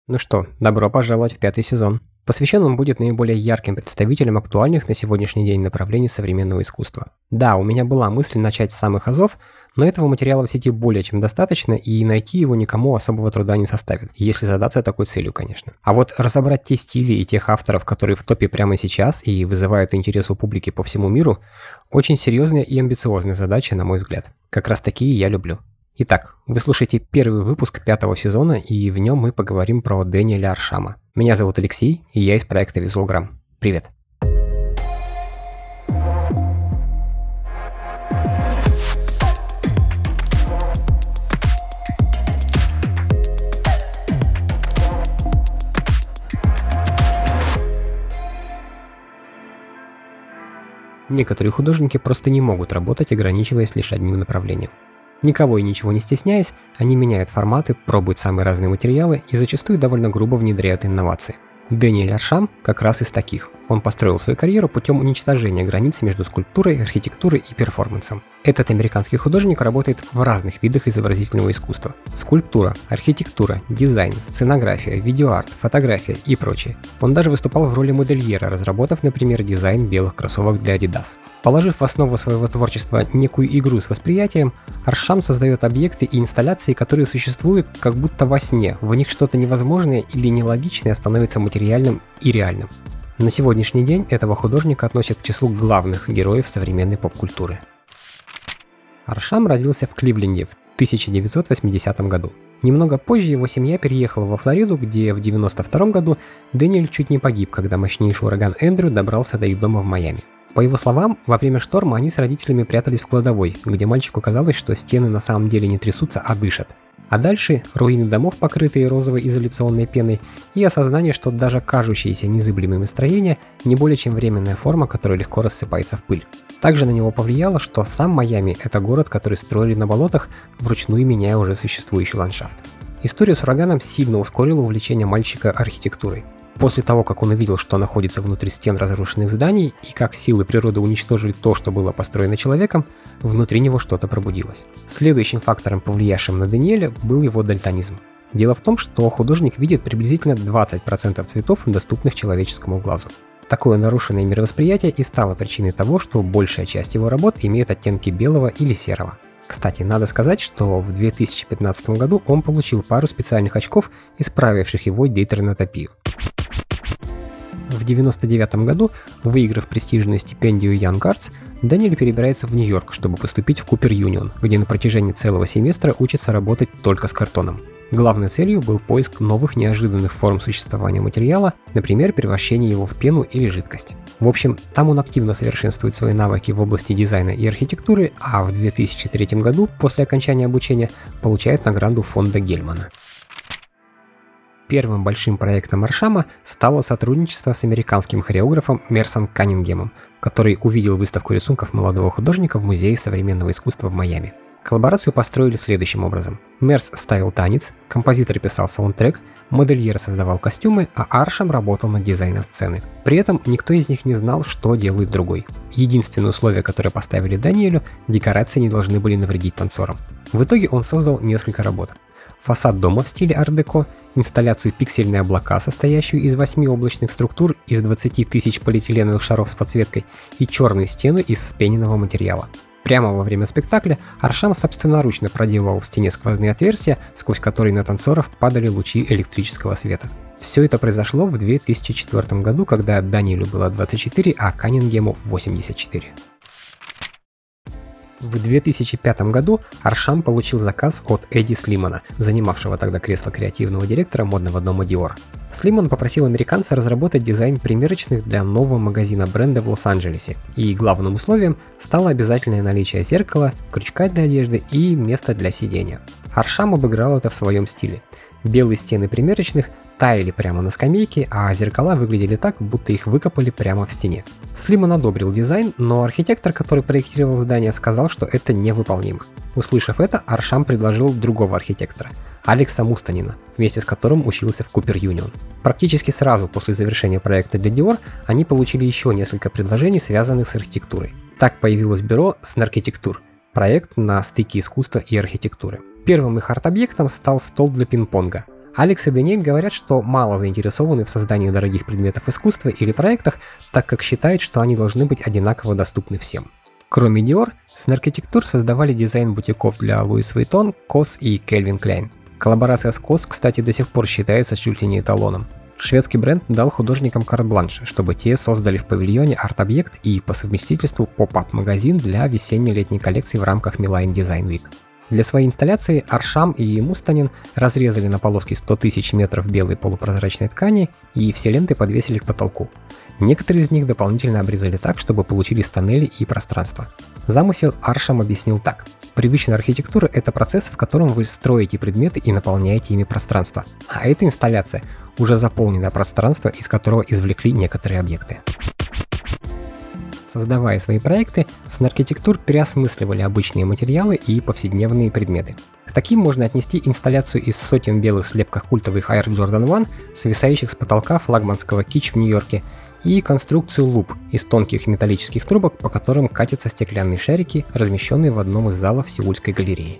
Ну что, добро пожаловать в 5-й сезон. Посвящен он будет наиболее ярким представителям актуальных на сегодняшний день направлений современного искусства. Да, у меня была мысль начать с самых азов, но этого материала в сети более чем достаточно, и найти его никому особого труда не составит, если задаться такой целью, конечно. А вот разобрать те стили и тех авторов, которые в топе прямо сейчас и вызывают интерес у публики по всему миру, очень серьезная и амбициозная задача, на мой взгляд. Как раз такие я люблю. Итак, вы слушаете первый выпуск 5-го сезона, и в нем мы поговорим про Дэниеля Аршама. Меня зовут Алексей, и я из проекта Visualgram. Привет! Некоторые художники просто не могут работать, ограничиваясь лишь одним направлением. Никого и ничего не стесняясь, они меняют форматы, пробуют самые разные материалы и зачастую довольно грубо внедряют инновации. Дэниель Аршам как раз из таких. Он построил свою карьеру путем уничтожения границ между скульптурой, архитектурой и перформансом. Этот американский художник работает в разных видах изобразительного искусства. Скульптура, архитектура, дизайн, сценография, видеоарт, фотография и прочее. Он даже выступал в роли модельера, разработав, например, дизайн белых кроссовок для Adidas. Положив в основу своего творчества некую игру с восприятием, Аршам создает объекты и инсталляции, которые существуют как будто во сне, в них что-то невозможное или нелогичное становится материальным и реальным. На сегодняшний день этого художника относят к числу главных героев современной поп-культуры. Аршам родился в Кливленде в 1980 году. Немного позже его семья переехала во Флориду, где в 1992 году Дэниель чуть не погиб, когда мощнейший ураган Эндрю добрался до их дома в Майами. По его словам, во время шторма они с родителями прятались в кладовой, где мальчику казалось, что стены на самом деле не трясутся, а дышат. А дальше руины домов, покрытые розовой изоляционной пеной, и осознание, что даже кажущиеся незыблемыми строения не более чем временная форма, которая легко рассыпается в пыль. Также на него повлияло, что сам Майами – это город, который строили на болотах, вручную меняя уже существующий ландшафт. История с ураганом сильно ускорила увлечение мальчика архитектурой. После того, как он увидел, что находится внутри стен разрушенных зданий и как силы природы уничтожили то, что было построено человеком, внутри него что-то пробудилось. Следующим фактором, повлиявшим на Дэниеля, был его дальтонизм. Дело в том, что художник видит приблизительно 20% цветов, доступных человеческому глазу. Такое нарушенное мировосприятие и стало причиной того, что большая часть его работ имеет оттенки белого или серого. Кстати, надо сказать, что в 2015 году он получил пару специальных очков, исправивших его дейтернотопию. В 1999 году, выиграв престижную стипендию Young Arts, Дэниель перебирается в Нью-Йорк, чтобы поступить в Купер Юнион, где на протяжении целого семестра учится работать только с картоном. Главной целью был поиск новых неожиданных форм существования материала, например, превращение его в пену или жидкость. В общем, там он активно совершенствует свои навыки в области дизайна и архитектуры, а в 2003 году, после окончания обучения, получает награду фонда Гельмана. Первым большим проектом Аршама стало сотрудничество с американским хореографом Мерсом Каннингемом, который увидел выставку рисунков молодого художника в Музее современного искусства в Майами. Коллаборацию построили следующим образом. Мерс ставил танец, композитор писал саундтрек, модельер создавал костюмы, а Аршам работал над дизайном сцены. При этом никто из них не знал, что делает другой. Единственное условие, которое поставили Дэниелю – декорации не должны были навредить танцорам. В итоге он создал несколько работ. Фасад дома в стиле ар-деко, инсталляцию «Пиксельные облака», состоящую из 8 облачных структур из 20 тысяч полиэтиленовых шаров с подсветкой, и черную стену из вспененного материала. Прямо во время спектакля Аршам собственноручно проделывал в стене сквозные отверстия, сквозь которые на танцоров падали лучи электрического света. Все это произошло в 2004 году, когда Дэниелю было 24, а Каннингему 84. В 2005 году Аршам получил заказ от Эдди Слимана, занимавшего тогда кресло креативного директора модного дома Dior. Слиман попросил американца разработать дизайн примерочных для нового магазина бренда в Лос-Анджелесе, и главным условием стало обязательное наличие зеркала, крючка для одежды и места для сидения. Аршам обыграл это в своем стиле. Белые стены примерочных таяли прямо на скамейке, а зеркала выглядели так, будто их выкопали прямо в стене. Слиман одобрил дизайн, но архитектор, который проектировал здание, сказал, что это невыполнимо. Услышав это, Аршам предложил другого архитектора, Алекса Мустанина, вместе с которым учился в Купер Юнион. Практически сразу после завершения проекта для Dior они получили еще несколько предложений, связанных с архитектурой. Так появилось бюро Snarkitecture, проект на стыке искусства и архитектуры. Первым их арт-объектом стал стол для пинг-понга. Алекс и Даниэль говорят, что мало заинтересованы в создании дорогих предметов искусства или проектах, так как считают, что они должны быть одинаково доступны всем. Кроме Dior, Snark Architecture создавали дизайн бутиков для Louis Vuitton, COS и Calvin Klein. Коллаборация с COS, кстати, до сих пор считается чуть ли не эталоном. Шведский бренд дал художникам карт-бланш, чтобы те создали в павильоне арт-объект и по совместительству поп-ап-магазин для весенне-летней коллекции в рамках Milan Design Week. Для своей инсталляции Аршам и Мустанин разрезали на полоски 100 тысяч метров белой полупрозрачной ткани и все ленты подвесили к потолку. Некоторые из них дополнительно обрезали так, чтобы получились тоннели и пространство. Замысел Аршам объяснил так. Привычная архитектура – это процесс, в котором вы строите предметы и наполняете ими пространство. А эта инсталляция уже заполненное пространство, из которого извлекли некоторые объекты. Создавая свои проекты, Snark Architecture переосмысливали обычные материалы и повседневные предметы. К таким можно отнести инсталляцию из сотен белых слепках культовых Air Jordan 1, свисающих с потолка флагманского Kitsch в Нью-Йорке, и конструкцию Loop из тонких металлических трубок, по которым катятся стеклянные шарики, размещенные в одном из залов Сеульской галереи.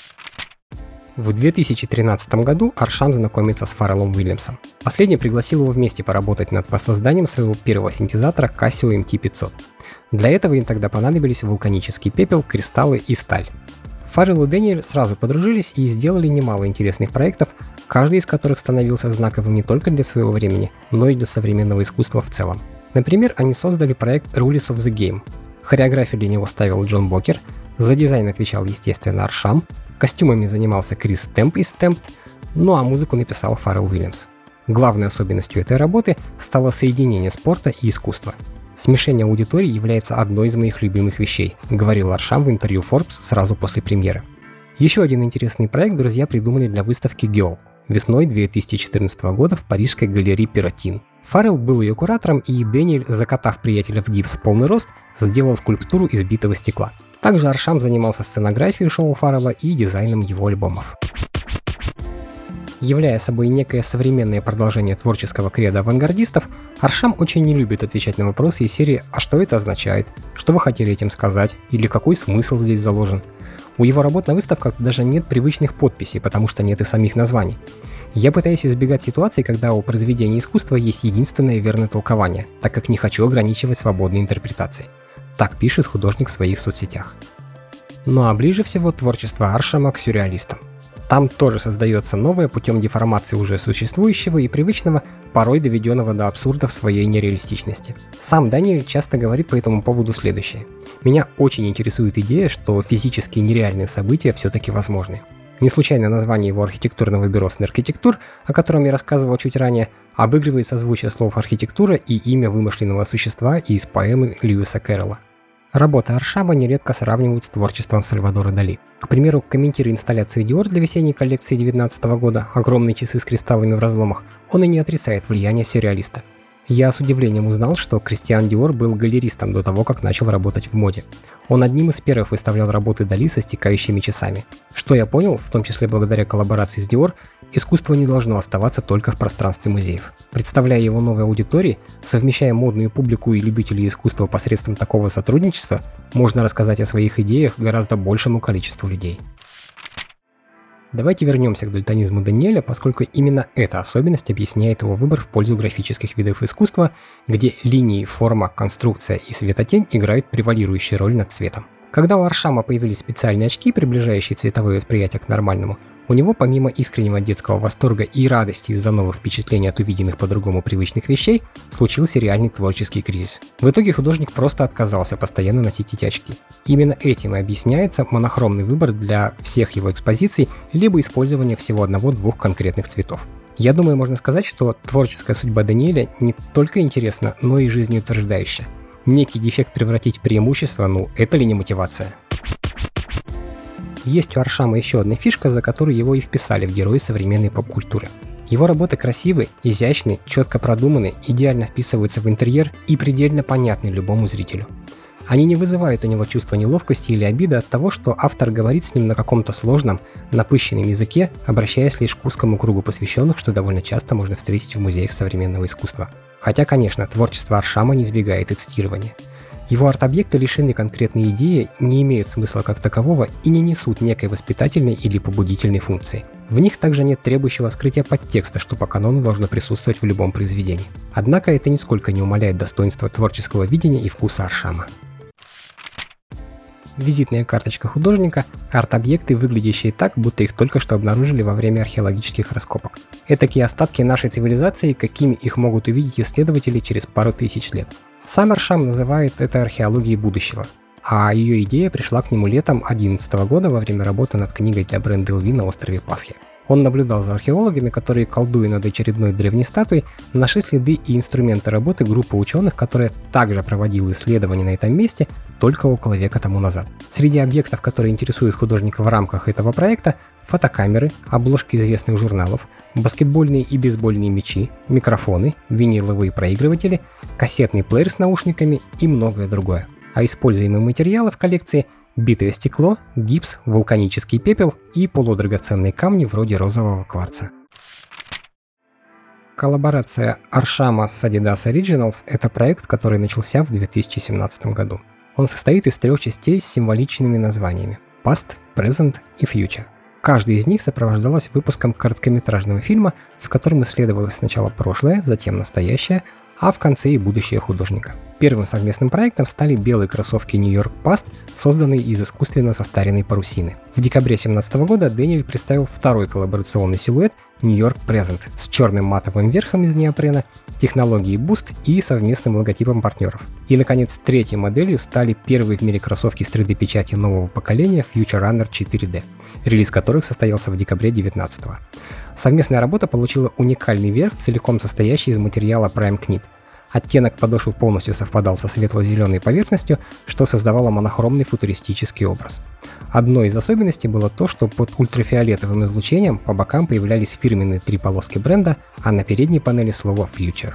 В 2013 году Аршам знакомится с Фарреллом Уильямсом. Последний пригласил его вместе поработать над воссозданием своего первого синтезатора Casio MT500. Для этого им тогда понадобились вулканический пепел, кристаллы и сталь. Фаррелл и Дэниэль сразу подружились и сделали немало интересных проектов, каждый из которых становился знаковым не только для своего времени, но и для современного искусства в целом. Например, они создали проект Rules of the Game. Хореографию для него ставил Джон Бокер, за дизайн отвечал, естественно, Аршам, костюмами занимался Крис Стэмп из Stamped, ну а музыку написал Фаррелл Уильямс. Главной особенностью этой работы стало соединение спорта и искусства. Смешение аудитории является одной из моих любимых вещей, говорил Аршам в интервью Forbes сразу после премьеры. Еще один интересный проект друзья придумали для выставки Girl весной 2014 года в парижской галерее Пиротин. Фаррелл был ее куратором, и Дэниэль, закатав приятеля в гипс в полный рост, сделал скульптуру из битого стекла. Также Аршам занимался сценографией шоу Фаррелла и дизайном его альбомов. Являя собой некое современное продолжение творческого кредо авангардистов, Аршам очень не любит отвечать на вопросы из серии «А что это означает?», «Что вы хотели этим сказать?» или «Какой смысл здесь заложен?». У его работ на выставках даже нет привычных подписей, потому что нет и самих названий. Я пытаюсь избегать ситуаций, когда у произведения искусства есть единственное верное толкование, так как не хочу ограничивать свободной интерпретации. Так пишет художник в своих соцсетях. Ну а ближе всего творчество Аршама к сюрреалистам. Там тоже создается новое путем деформации уже существующего и привычного, порой доведенного до абсурда в своей нереалистичности. Сам Даниэль часто говорит по этому поводу следующее. «Меня очень интересует идея, что физически нереальные события все-таки возможны». Не случайно название его архитектурного бюро Snark Architecture, о котором я рассказывал чуть ранее, обыгрывает созвучие слов архитектура и имя вымышленного существа из поэмы Льюиса Кэрролла. Работы Аршама нередко сравнивают с творчеством Сальвадора Дали. К примеру, комментируя инсталляцию Dior для весенней коллекции 2019 года «Огромные часы с кристаллами в разломах», он и не отрицает влияние сюрреалиста. Я с удивлением узнал, что Кристиан Диор был галеристом до того, как начал работать в моде. Он одним из первых выставлял работы Дали со стекающими часами. Что я понял, в том числе благодаря коллаборации с Dior, искусство не должно оставаться только в пространстве музеев. Представляя его новой аудитории, совмещая модную публику и любителей искусства посредством такого сотрудничества, можно рассказать о своих идеях гораздо большему количеству людей. Давайте вернемся к дальтонизму Даниэля, поскольку именно эта особенность объясняет его выбор в пользу графических видов искусства, где линии, форма, конструкция и светотень играют превалирующую роль над цветом. Когда у Аршама появились специальные очки, приближающие цветовое восприятие к нормальному, у него помимо искреннего детского восторга и радости из-за новых впечатлений от увиденных по-другому привычных вещей, случился реальный творческий кризис. В итоге художник просто отказался постоянно носить эти очки. Именно этим и объясняется монохромный выбор для всех его экспозиций, либо использование всего одного-двух конкретных цветов. Я думаю, можно сказать, что творческая судьба Даниэля не только интересна, но и жизнеутверждающая. Некий дефект превратить в преимущество, это ли не мотивация? Есть у Аршама еще одна фишка, за которую его и вписали в герои современной поп-культуры. Его работы красивы, изящны, четко продуманы, идеально вписываются в интерьер и предельно понятны любому зрителю. Они не вызывают у него чувства неловкости или обиды от того, что автор говорит с ним на каком-то сложном, напыщенном языке, обращаясь лишь к узкому кругу посвященных, что довольно часто можно встретить в музеях современного искусства. Хотя, конечно, творчество Аршама не избегает и цитирования. Его арт-объекты лишены конкретной идеи, не имеют смысла как такового и не несут некой воспитательной или побудительной функции. В них также нет требующего скрытия подтекста, что по канону должно присутствовать в любом произведении. Однако это нисколько не умаляет достоинства творческого видения и вкуса Аршама. Визитная карточка художника – арт-объекты, выглядящие так, будто их только что обнаружили во время археологических раскопок. Этакие остатки нашей цивилизации, какими их могут увидеть исследователи через пару тысяч лет. Сам Аршам называет это археологией будущего, а ее идея пришла к нему летом 2011 года во время работы над книгой для бренда LV на острове Пасхи. Он наблюдал за археологами, которые, колдуя над очередной древней статуей, нашли следы и инструменты работы группы ученых, которая также проводила исследования на этом месте только около века тому назад. Среди объектов, которые интересуют художника в рамках этого проекта, фотокамеры, обложки известных журналов, баскетбольные и бейсбольные мячи, микрофоны, виниловые проигрыватели, кассетный плеер с наушниками и многое другое. А используемые материалы в коллекции – битое стекло, гипс, вулканический пепел и полудрагоценные камни вроде розового кварца. Коллаборация Аршама с Adidas Originals – это проект, который начался в 2017 году. Он состоит из 3 частей с символичными названиями – Past, Present и Future. Каждая из них сопровождалась выпуском короткометражного фильма, в котором исследовалось сначала прошлое, затем настоящее, а в конце и будущее художника. Первым совместным проектом стали белые кроссовки New York Past, созданные из искусственно состаренной парусины. В декабре 2017 года Дэниэль представил второй коллаборационный силуэт New York Present с черным матовым верхом из неопрена, технологией Boost и совместным логотипом партнеров. И, наконец, третьей моделью стали первые в мире кроссовки с 3D-печати нового поколения Future Runner 4D, релиз которых состоялся в декабре 2019 года. Совместная работа получила уникальный верх, целиком состоящий из материала Prime Knit. Оттенок подошвы полностью совпадал со светло-зеленой поверхностью, что создавало монохромный футуристический образ. Одной из особенностей было то, что под ультрафиолетовым излучением по бокам появлялись фирменные 3 полоски бренда, а на передней панели слово Future.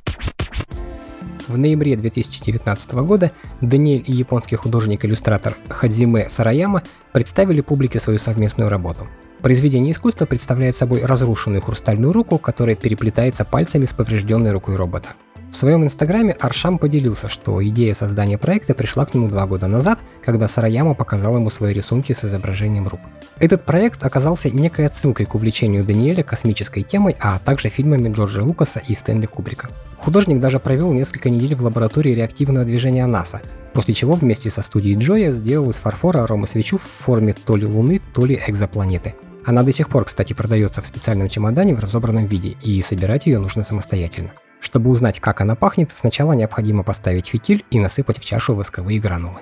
В ноябре 2019 года Дэниэль и японский художник-иллюстратор Хадзиме Сараяма представили публике свою совместную работу. Произведение искусства представляет собой разрушенную хрустальную руку, которая переплетается пальцами с поврежденной рукой робота. В своем инстаграме Аршам поделился, что идея создания проекта пришла к нему 2 года назад, когда Сараяма показал ему свои рисунки с изображением рук. Этот проект оказался некой отсылкой к увлечению Дэниэля космической темой, а также фильмами Джорджа Лукаса и Стэнли Кубрика. Художник даже провел несколько недель в лаборатории реактивного движения НАСА, после чего вместе со студией Джоя сделал из фарфора аромасвечу в форме то ли Луны, то ли экзопланеты. Она до сих пор, кстати, продается в специальном чемодане в разобранном виде, и собирать ее нужно самостоятельно. Чтобы узнать, как она пахнет, сначала необходимо поставить фитиль и насыпать в чашу восковые гранулы.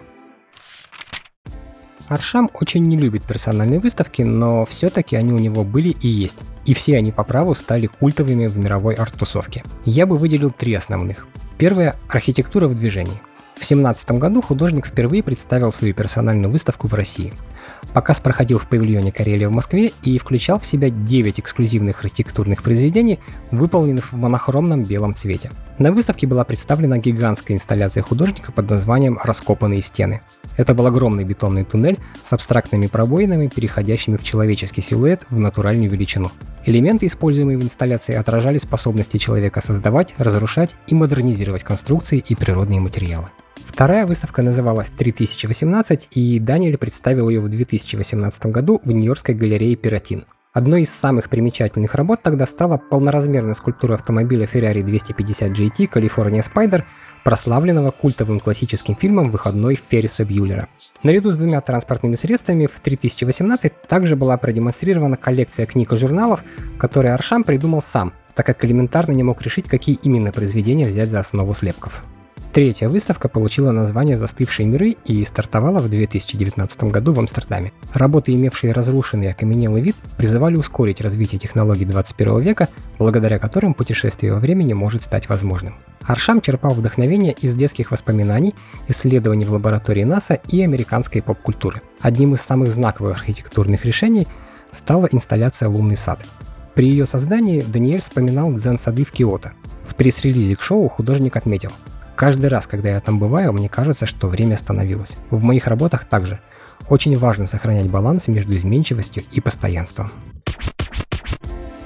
Аршам очень не любит персональные выставки, но все-таки они у него были и есть. И все они по праву стали культовыми в мировой арт-тусовке. Я бы выделил 3 основных. Первое – архитектура в движении. В 2017 году художник впервые представил свою персональную выставку в России. Показ проходил в павильоне Карелия в Москве и включал в себя 9 эксклюзивных архитектурных произведений, выполненных в монохромном белом цвете. На выставке была представлена гигантская инсталляция художника под названием «Раскопанные стены». Это был огромный бетонный туннель с абстрактными пробоинами, переходящими в человеческий силуэт в натуральную величину. Элементы, используемые в инсталляции, отражали способности человека создавать, разрушать и модернизировать конструкции и природные материалы. Вторая выставка называлась 3018, и Дэниэль представил ее в 2018 году в Нью-Йоркской галерее Пиратин. Одной из самых примечательных работ тогда стала полноразмерная скульптура автомобиля Ferrari 250 GT California Spider, прославленного культовым классическим фильмом «Выходной» Ферриса Бьюллера. Наряду с 2 транспортными средствами в 3018 также была продемонстрирована коллекция книг и журналов, которые Аршам придумал сам, так как элементарно не мог решить, какие именно произведения взять за основу слепков. Третья выставка получила название «Застывшие миры» и стартовала в 2019 году в Амстердаме. Работы, имевшие разрушенный и окаменелый вид, призывали ускорить развитие технологий 21 века, благодаря которым путешествие во времени может стать возможным. Аршам черпал вдохновение из детских воспоминаний, исследований в лаборатории НАСА и американской поп-культуры. Одним из самых знаковых архитектурных решений стала инсталляция «Лунный сад». При ее создании Дэниэль вспоминал дзен-сады в Киото. В пресс-релизе к шоу художник отметил: «Каждый раз, когда я там бываю, мне кажется, что время остановилось. В моих работах также. Очень важно сохранять баланс между изменчивостью и постоянством».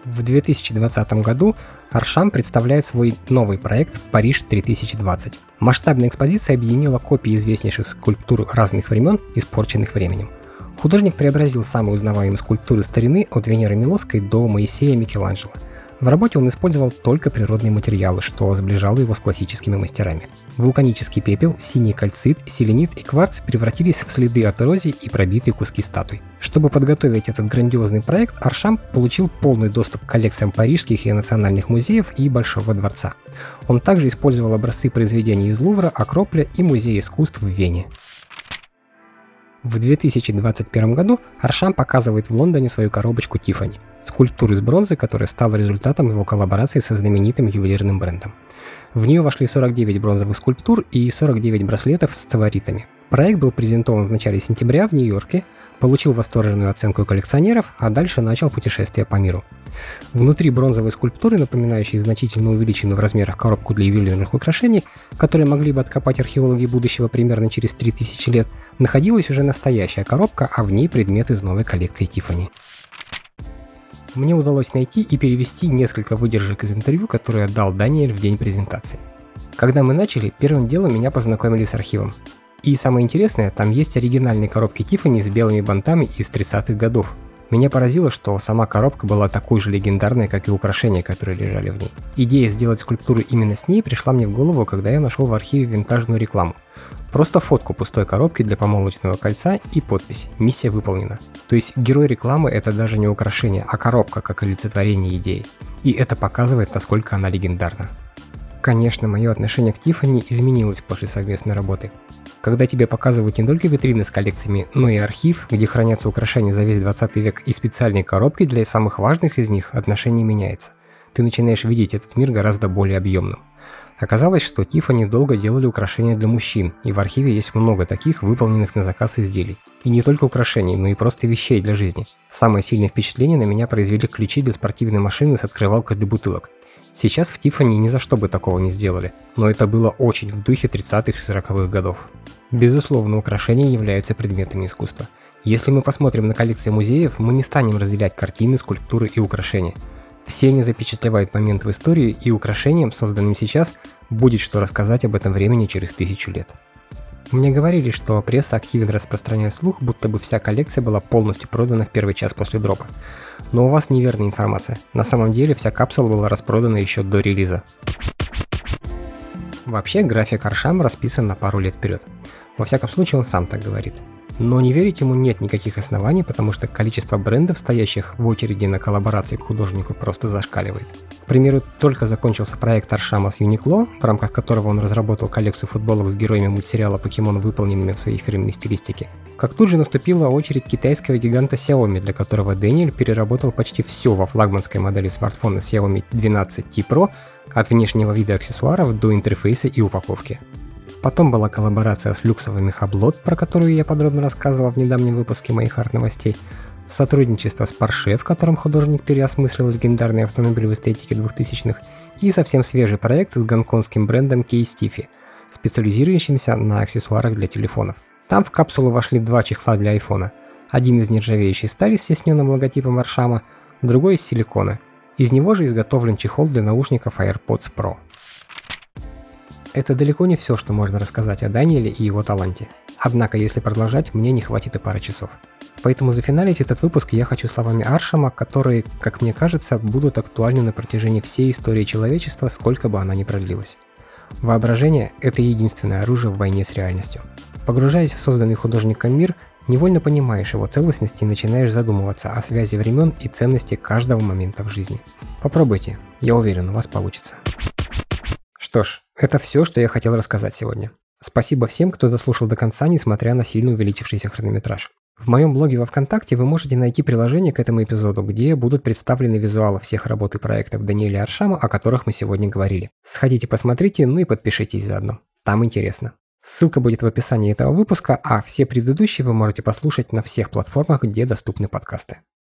В 2020 году Аршам представляет свой новый проект «Париж 3020». Масштабная экспозиция объединила копии известнейших скульптур разных времен, испорченных временем. Художник преобразил самые узнаваемые скульптуры старины от Венеры Милосской до Моисея Микеланджело. В работе он использовал только природные материалы, что сближало его с классическими мастерами. Вулканический пепел, синий кальцит, селенит и кварц превратились в следы от эрозии и пробитые куски статуй. Чтобы подготовить этот грандиозный проект, Аршам получил полный доступ к коллекциям парижских и национальных музеев и Большого дворца. Он также использовал образцы произведений из Лувра, Акрополя и Музея искусств в Вене. В 2021 году Аршам показывает в Лондоне свою коробочку Тиффани – скульптуру из бронзы, которая стала результатом его коллаборации со знаменитым ювелирным брендом. В нее вошли 49 бронзовых скульптур и 49 браслетов с цаваритами. Проект был презентован в начале сентября в Нью-Йорке, получил восторженную оценку коллекционеров, а дальше начал путешествие по миру. Внутри бронзовой скульптуры, напоминающей значительно увеличенную в размерах коробку для ювелирных украшений, которые могли бы откопать археологи будущего примерно через 3000 лет, находилась уже настоящая коробка, а в ней предмет из новой коллекции Тиффани. Мне удалось найти и перевести несколько выдержек из интервью, которые дал Даниэль в день презентации. Когда мы начали, первым делом меня познакомили с архивом. И самое интересное, там есть оригинальные коробки Тиффани с белыми бантами из 30-х годов. Меня поразило, что сама коробка была такой же легендарной, как и украшения, которые лежали в ней. Идея сделать скульптуру именно с ней пришла мне в голову, когда я нашел в архиве винтажную рекламу. Просто фотку пустой коробки для помолвочного кольца и подпись «Миссия выполнена». То есть герой рекламы – это даже не украшение, а коробка, как олицетворение идеи. И это показывает, насколько она легендарна. Конечно, мое отношение к Тиффани изменилось после совместной работы. Когда тебе показывают не только витрины с коллекциями, но и архив, где хранятся украшения за весь 20 век и специальные коробки для самых важных из них, отношение меняется. Ты начинаешь видеть этот мир гораздо более объемным. Оказалось, что Тиффани долго делали украшения для мужчин, и в архиве есть много таких, выполненных на заказ изделий. И не только украшений, но и просто вещей для жизни. Самое сильное впечатление на меня произвели ключи для спортивной машины с открывалкой для бутылок. Сейчас в Тиффани ни за что бы такого не сделали, но это было очень в духе 30-х и 40-х годов. Безусловно, украшения являются предметами искусства. Если мы посмотрим на коллекции музеев, мы не станем разделять картины, скульптуры и украшения. Все они запечатлевают момент в истории, и украшениям, созданным сейчас, будет что рассказать об этом времени через 1000 лет. Мне говорили, что пресса активно распространяет слух, будто бы вся коллекция была полностью продана в первый час после дропа. Но у вас неверная информация. На самом деле вся капсула была распродана еще до релиза. Вообще, график Аршама расписан на пару лет вперед. Во всяком случае, он сам так говорит. Но не верить ему нет никаких оснований, потому что количество брендов, стоящих в очереди на коллаборации к художнику, просто зашкаливает. К примеру, только закончился проект Аршама с Uniqlo, в рамках которого он разработал коллекцию футболок с героями мультсериала Покемон, выполненными в своей фирменной стилистике. Как тут же наступила очередь китайского гиганта Xiaomi, для которого Дэниэль переработал почти все во флагманской модели смартфона Xiaomi 12T Pro, от внешнего вида аксессуаров до интерфейса и упаковки. Потом была коллаборация с люксовыми Hublot, про которую я подробно рассказывал в недавнем выпуске моих арт-новостей, сотрудничество с Porsche, в котором художник переосмыслил легендарный автомобиль в эстетике 2000-х, и совсем свежий проект с гонконгским брендом K-Stiffy, специализирующимся на аксессуарах для телефонов. Там в капсулу вошли 2 чехла для айфона. Один из нержавеющей стали с стесненным логотипом Аршама, другой из силикона. Из него же изготовлен чехол для наушников AirPods Pro. Это далеко не все, что можно рассказать о Даниэле и его таланте. Однако, если продолжать, мне не хватит и пары часов. Поэтому зафиналить этот выпуск я хочу словами Аршама, которые, как мне кажется, будут актуальны на протяжении всей истории человечества, сколько бы она ни продлилась. Воображение – это единственное оружие в войне с реальностью. Погружаясь в созданный художником мир, невольно понимаешь его целостность и начинаешь задумываться о связи времен и ценности каждого момента в жизни. Попробуйте, я уверен, у вас получится. Что ж, это все, что я хотел рассказать сегодня. Спасибо всем, кто дослушал до конца, несмотря на сильно увеличившийся хронометраж. В моем блоге во ВКонтакте вы можете найти приложение к этому эпизоду, где будут представлены визуалы всех работ и проектов Даниэля Аршама, о которых мы сегодня говорили. Сходите посмотрите, ну и подпишитесь заодно. Там интересно. Ссылка будет в описании этого выпуска, а все предыдущие вы можете послушать на всех платформах, где доступны подкасты.